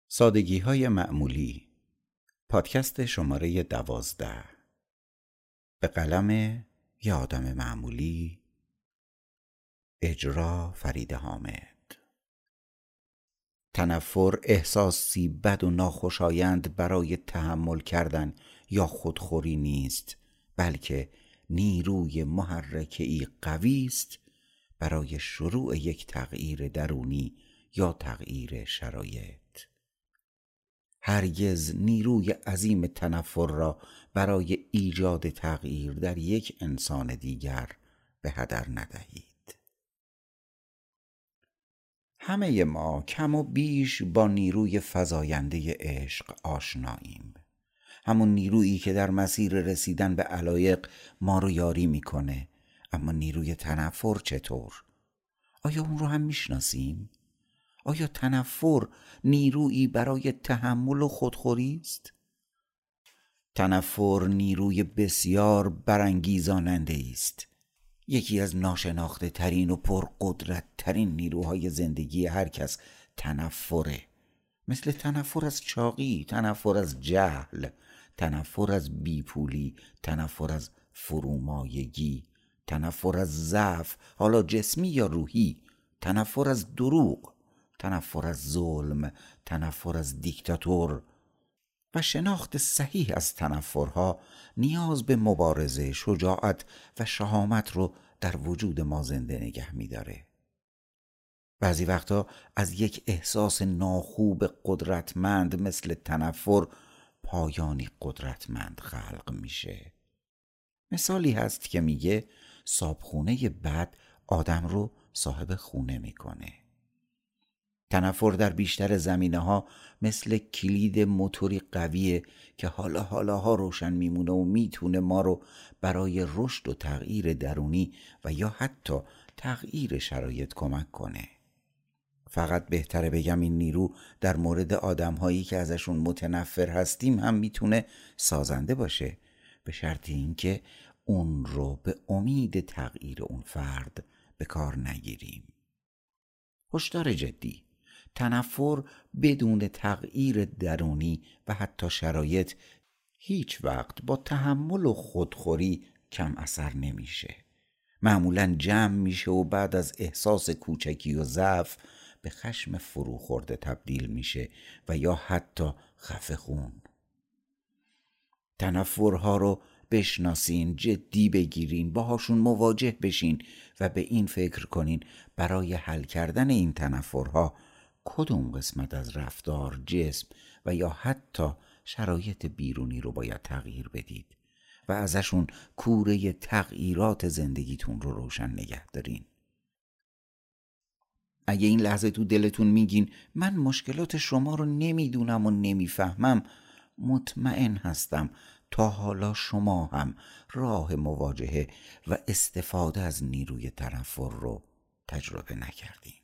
سادگی‌های معمولی، پادکست شماره 12. به قلم یه آدم معمولی. اجرا فرید حامد. تنفر احساسی بد و ناخوشایند برای تحمل کردن یا خودخوری نیست، بلکه نیروی محرکه‌ای قوی است برای شروع یک تغییر درونی یا تغییر شرایط. هرگز نیروی عظیم تنفر را برای ایجاد تغییر در یک انسان دیگر به هدر ندهید. همه ما کم و بیش با نیروی فزاینده عشق آشناییم. همون نیرویی که در مسیر رسیدن به علایق ما رو یاری میکنه. اما نیروی تنفر چطور؟ آیا اون رو هم میشناسیم؟ آیا تنفر نیرویی برای تحمل و خودخوری است؟ تنفر نیروی بسیار برانگیزاننده است. یکی از ناشناخته ترین و پرقدرت ترین نیروهای زندگی هر کس تنفره. مثل تنفر از چاقی، تنفر از جهل، تنفر از بیپولی، تنفر از فرومایگی، تنفر از ضعف، حالا جسمی یا روحی، تنفر از دروغ، تنفر از ظلم، تنفر از دیکتاتور. و شناخت صحیح از تنفرها نیاز به مبارزه، شجاعت و شهامت رو در وجود ما زنده نگه می‌داره. بعضی وقتا از یک احساس ناخوب قدرتمند مثل تنفر پایانی قدرتمند خلق میشه. مثالی هست که میگه صابخونه بد آدم رو صاحب خونه میکنه. تنفر در بیشتر زمینه‌ها مثل کلید موتوری قویه که حالاها روشن میمونه و میتونه ما رو برای رشد و تغییر درونی و یا حتی تغییر شرایط کمک کنه. فقط بهتره بگم این نیرو در مورد آدم‌هایی که ازشون متنفر هستیم هم میتونه سازنده باشه، به شرط اینکه اون رو به امید تغییر اون فرد به کار نگیریم. هشدار جدی: تنفر بدون تغییر درونی و حتی شرایط هیچ وقت با تحمل و خودخوری کم اثر نمیشه. معمولاً جمع میشه و بعد از احساس کوچکی و ضعف به خشم فروخورده تبدیل میشه و یا حتی خفه خون. تنفرها رو بشناسین، جدی بگیرین، باهاشون مواجه بشین و به این فکر کنین برای حل کردن این تنفرها کدوم قسمت از رفتار، جسم و یا حتی شرایط بیرونی رو باید تغییر بدید و ازشون کوره تغییرات زندگیتون رو روشن نگه دارین. اگه این لحظه تو دلتون میگین من مشکلات شما رو نمیدونم و نمیفهمم، مطمئن هستم تا حالا شما هم راه مواجهه و استفاده از نیروی تنفر رو تجربه نکردین.